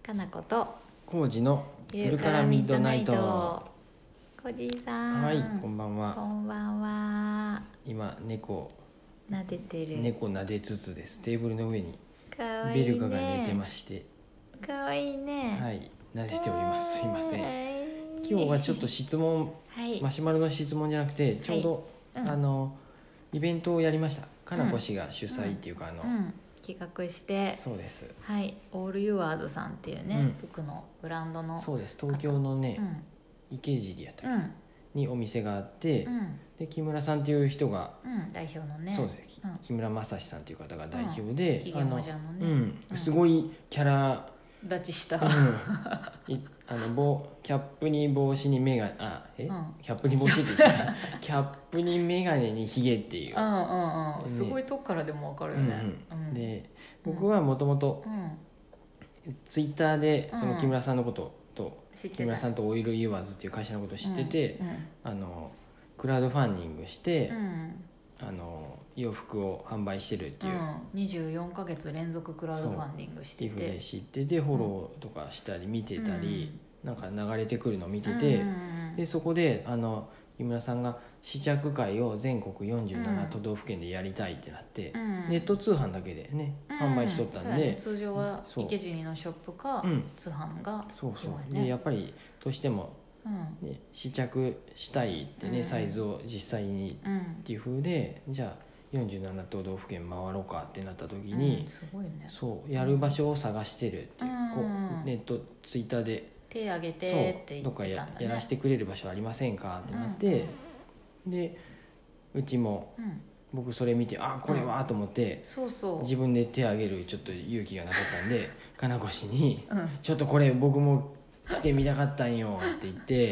かなことコウジのフルカラミッドナイト。 コジーさん、 はい、こんばんこは。 んばんは。 今猫撫でてる。 撫でつつです。テーブルの上にかわいいね。 ベルカが寝てまして、 かわいいね。 はい、撫でております。すいません。 ん今日はちょっと質問、 はい、 マシュマロの質問じゃなくて、ちょうど、イベントをやりました。かなこ氏が主催っていうか、 企画して、 そうです。 はい、オールユアーズさんっていうね、服のブランドの、 そうです。東京のね、池尻やったっけ、にお店があって、で木村さんっていう人が、 代表のね、 そうです、木村正史さんっていう方が代表で、 ひげもじゃのね、 すごいキャラ立ちした、 キャップに帽子にメガキャップに帽子って言ってたキャップにメガネにヒゲっていう、 すごいとこからでも分かるよね。 で僕はもともとツイッターでその木村さんのことと、木村さんとオイルユアーズっていう会社のことを知ってて、クラウドファンディングして、洋服を販売してるっていう、 24ヶ月連続クラウドファンディングしてて、 っていうふうで知ってて、フォローとかしたり見てたり、なんか流れてくるのを見てて、でそこで木村さんが試着会を全国47都道府県でやりたいってなって、ネット通販だけでね販売しとったんで、 通常は池尻のショップか通販がでやっぱりどうしても試着したいってね、サイズを実際にっていう風で、じゃあ47都道府県回ろうかってなった時に、 すごいね、 そうやる場所を探してるっていう、こうネットツイッターで手挙げてって言ってたんだね。 どっかやらせてくれる場所ありませんかってなって、でうちも、僕それ見てこれはと思って、自分で手挙げるちょっと勇気がなかったんでかなこ氏に、ちょっとこれ僕も来てみたかったんよって言って、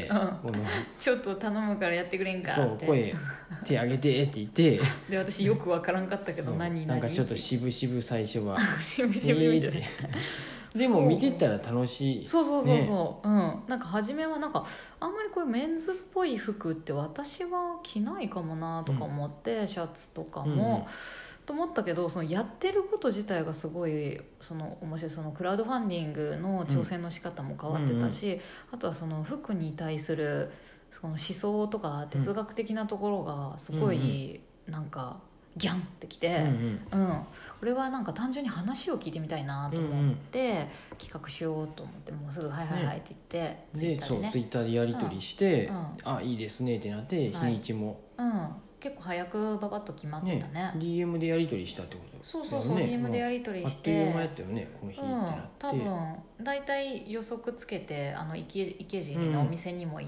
ちょっと頼むからやってくれんかって、 そう手挙げてって言ってで私よくわからんかったけど何なんかちょっと渋々最初は渋々ってでも見てたら楽しい。 なんか初めはなんかあんまりこういうメンズっぽい服って私は着ないかもなとか思って、シャツとかも、と思ったけど、そのやってること自体がすごい面白い。そのクラウドファンディングの挑戦の仕方も変わってたし、あとはその服に対するその思想とか哲学的なところがすごいなんかギャンってきて、これはなんか単純に話を聞いてみたいなと思って企画しようと思って、もうすぐ「はいはいはい」って言ってツイッターでやり取りして「いいですね」ってなって、日にちも結構早くババッと決まってたね。 DM でやり取りしたってことだよね。 DM でやり取りして、 あっという間やったよねこの日ってなって、 多分大体予測つけて池尻のお店にも行って、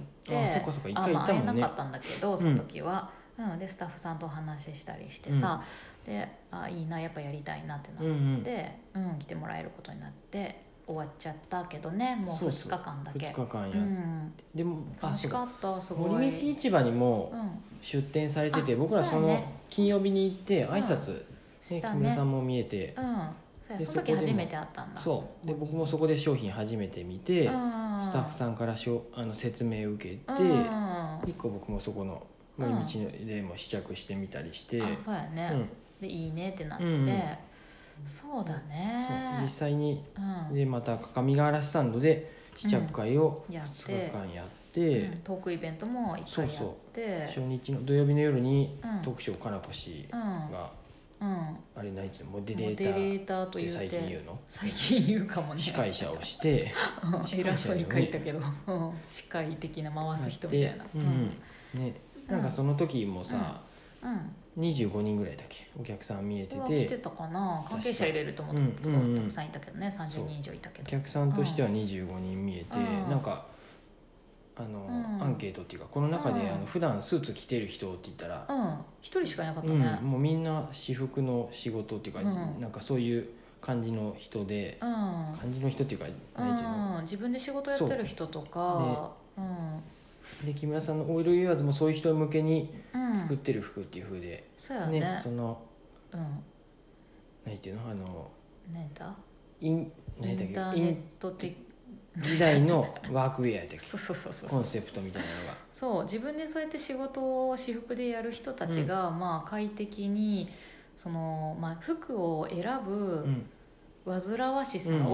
そっかそっか、一回行ったもんね。 会えなかったんだけどその時は、でスタッフさんとお話ししたりしてさ、でいいなやっぱやりたいなってなって、来てもらえることになって終わっちゃったけどね。もう2日間だけ。 2日間やでも楽しかった。すごい森道市場にも出店されてて、僕らその金曜日に行って挨拶、木村さんも見えて、 その時初めて会ったんだ。 そうで僕もそこで商品初めて見て、スタッフさんから説明を受けて、一個僕もそこの森道でも試着してみたりして、 そうやね、でいいねってなって、そうだね。 実際に、でまた各務原スタンドで試着会を2日間やって、 トークイベントも1回やって、 初日の土曜日の夜にトークショーかなこ氏が、あれ何ていうの、モデレーターって最近言うの？ 最近言うかもね。 司会者をして偉そうに書いたけど、司会的な回す人みたいな。 なんかその時もさ、25人ぐらいだっけお客さん見えてて、 来てたかな。関係者入れるともっとたくさんいたけどね、30人以上いたけど、 お客さんとしては25人見えて、なんかアンケートっていうかこの中で普段スーツ着てる人って言ったら 1人しかいなかったね。 もうみんな私服の仕事っていうか、なんかそういう感じの人で、感じの人っていうか何ていうの、 自分で仕事やってる人とかで木村さんのオイルユアーズもそういう人向けに作ってる服っていう風で、 そうやね。 その何ていうの、 何だインターネット的時代のワークウェアやったっけコンセプトみたいなのが、 そう自分でそうやって仕事を私服でやる人たちが、快適に服を選ぶ煩わしさを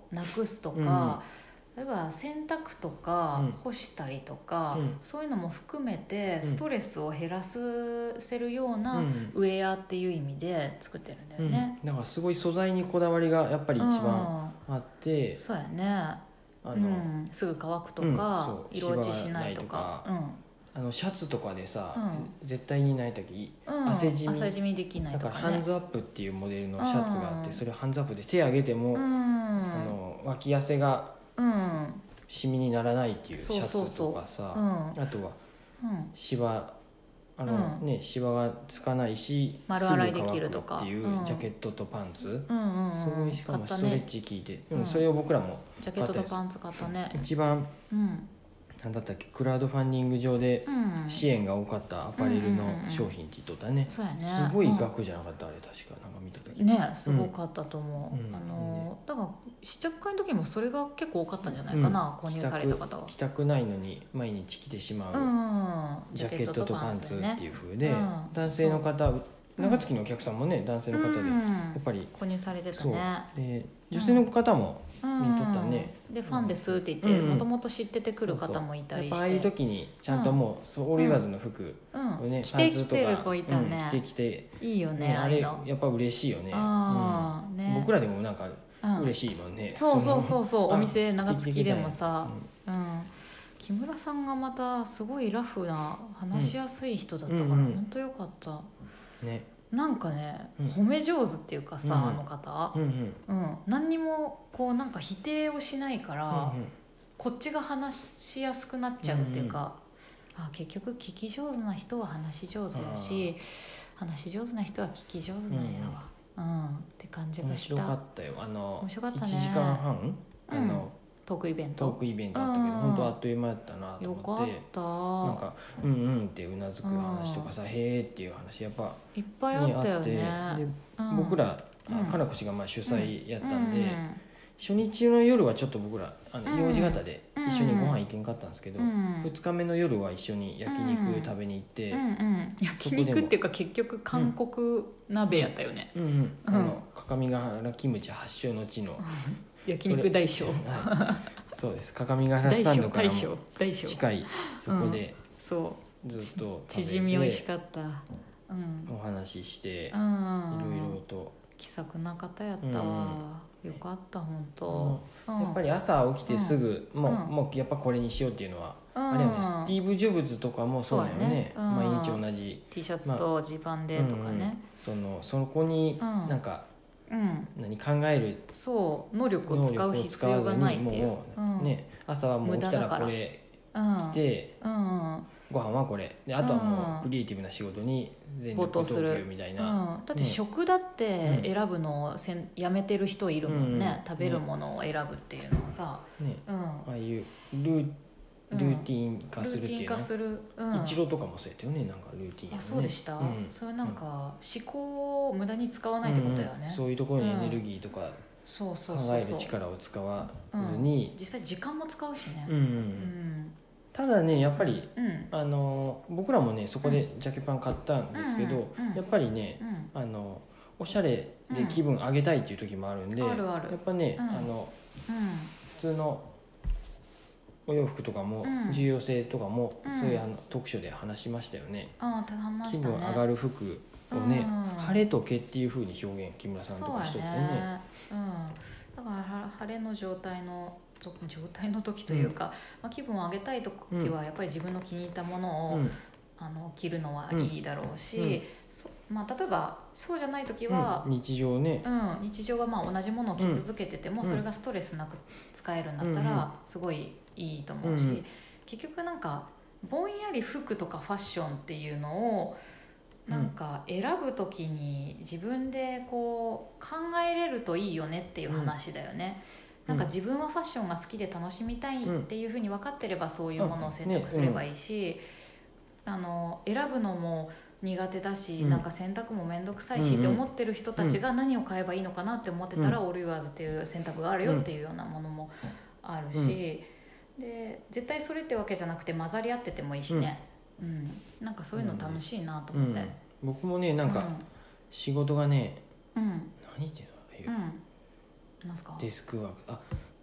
なくすとか、例えば洗濯とか干したりとか、そういうのも含めてストレスを減らせるようなウェアっていう意味で作ってるんだよね、 だからすごい素材にこだわりがやっぱり一番あって、 そうやね、すぐ乾くとか、色落ちしないとか、 シャツとかでさ、絶対にない時、汗じみできないとか、ね、 だからハンズアップっていうモデルのシャツがあって、それハンズアップで手上げても、脇汗がシミにならないっていうシャツとかさ、あとはシワシワがつかないし丸洗いできるとかっていうジャケットとパンツ、すごいしかもストレッチ効いて、それを僕らもジャケットとパンツ買ったね。 一番なんだったっけ、クラウドファンディング上で支援が多かったアパレルの商品って言っとったね、 そうやね、 すごい額じゃなかった、あれ確かなんか見た時ね、すごかったと思う、だから試着会の時もそれが結構多かったんじゃないかな、購入された方は。 着たくないのに毎日着てしまうジャケットとパンツっていう風で、男性の方、長月のお客さんもね、男性の方でやっぱり購入されてたね。 で女性の方も見とったね、 でファンですって言ってもともと知っててくる方もいたりして、 やっぱああいう時にちゃんともうオール言わずの服をね、 着てきてる子いたね、 着てきていいよね、 あれやっぱ嬉しいよね、僕らでもなんか嬉しいもんね、 そうお店長月でもさ、木村さんがまたすごいラフな話しやすい人だったから本当よかったね。 なんかね、褒め上手っていうかさ、あの方、何にもこうなんか否定をしないから、こっちが話しやすくなっちゃうっていうか、結局聞き上手な人は話し上手やし、話し上手な人は聞き上手なんやわ、って感じがした。 面白かったよ。 面白かったね。 1時間半トークイベントあったけど、本当あっという間だったなと思って、 よかった。 なんかってうなずく話とかさ、へーっていう話やっぱいっぱいあったよね。 で僕ら金子氏が主催やったんで、初日の夜はちょっと僕ら用事型で一緒にご飯行けんかったんですけど、2日目の夜は一緒に焼肉食べに行って、 焼肉っていうか結局韓国鍋やったよね。 各務原キムチ発祥の地の焼肉大将、 そうです、各務原スタンドからも近い、そこでずっとチヂミ美味しかった、 お話しして、いろいろと気さくな方やったわ、よかった本当、 やっぱり朝起きてすぐ、もうやっぱこれにしようっていうのは、あれよね、スティーブ・ジョブズとかもそうだよね、毎日同じ T シャツとジーパンでとかね、 そこになんか考える能力を使う必要がないっていう、 朝はもう起きたらこれ着て、ご飯はこれで、あとはもうクリエイティブな仕事に全力投球みたいな、 だって食だって選ぶのをやめてる人いるもんね、食べるものを選ぶっていうのをさ、 ああいうルーティン化するっていうの、イチローとかもそうやったよね、なんかルーティン、 そうでした、それなんか思考を無駄に使わないってことだよね、 そういうところにエネルギーとか考える力を使わずに、 実際時間も使うしね、 ただねやっぱり、僕らもねそこでジャケパン買ったんですけど、やっぱりね、おしゃれで気分上げたいっていう時もあるんで、やっぱね、普通のお洋服とかも、重要性とかも、そういうトークショーで話しましたよね、気分上がる服をね、晴れと毛っていう風に表現木村さんとかしとってね、 だから晴れの状態の時というか、気分を上げたい時はやっぱり自分の気に入ったものを、着るのはいいだろうし、例えばそうじゃない時は、 日常ね、 日常は同じものを着続けてても、それがストレスなく使えるんだったらすごいいいと思うし、結局なんかぼんやり服とかファッションっていうのをなんか選ぶ時に自分でこう考えれるといいよねっていう話だよね、なんか自分はファッションが好きで楽しみたいっていうふうに分かってればそういうものを選択すればいいし、選ぶのも苦手だし、なんか選択も面倒くさいしって思ってる人たちが何を買えばいいのかなって思ってたら、オールユアーズっていう選択があるよっていうようなものもあるし、で絶対それってわけじゃなくて混ざり合っててもいいしね、なんかそういうの楽しいなと思って、 僕もねなんか仕事がね、何ていうの、 なんすか、 デスクワーク、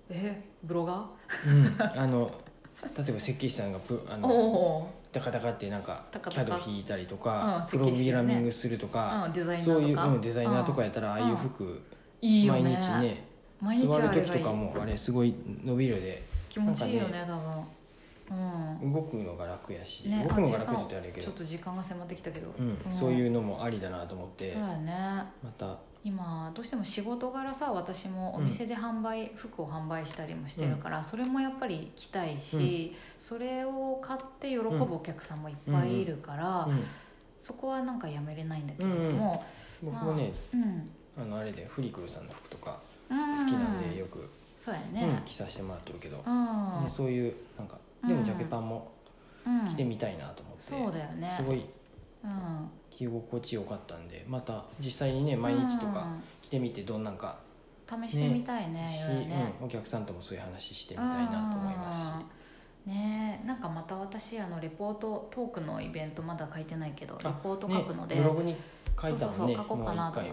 ブロガー、例えば設計士さんがダカダカってなんかタカタカ CAD 引いたりとか、プログラミングするとか、 デザイナーとか、 そういうデザイナーとかやったらああいう服いいよね、 毎日ね、 毎日座る時とかもあれすごい伸びるで気持ちいいよね、多分、 動くのが楽やし、 ね、 動くのが楽って言ったらあれやけど、 ちょっと時間が迫ってきたけど、 そういうのもありだなと思って。 そうやね。 また今どうしても仕事柄さ、私もお店で服を販売したりもしてるから、それもやっぱり着たいし、それを買って喜ぶお客さんもいっぱいいるから、そこはなんかやめれないんだけれども、 僕もね、あれでフリクルさんの服とか好きなんでよくそうやね、 着させてもらってるけど、そういうなんかでもジャケパンも着てみたいなと思って、 そうだよね、 すごい着心地よかったんで、また実際にね毎日とか着てみてどんなんか試してみたいね、 お客さんともそういう話してみたいなと思いますしね。なんかまた私レポートトークのイベントまだ書いてないけど、レポート書くので、 ブログに書いたもんね、 書こうかなと思って、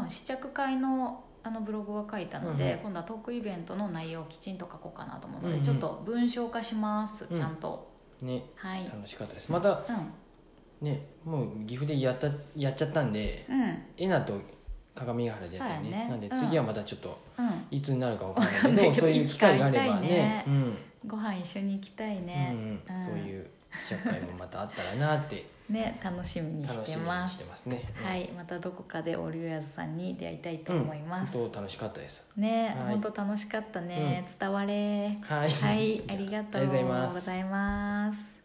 試着会のブログは書いたので、今度はトークイベントの内容をきちんと書こうかなと思うので、ちょっと文章化します、ちゃんとね、楽しかったです。またね、もう岐阜でやっちゃったんで、えなと鏡ヶ原でやったね。なんで次はまたちょっといつになるか分からないけど、そういう機会があればね、 ご飯一緒に行きたいね。 そういう試着会もまたあったらなってね、楽しみにしてます。はい、またどこかでオリオヤズさんに出会いたいと思います。 本当楽しかったですね。本当楽しかったね。伝われ。はい、ありがとうございます。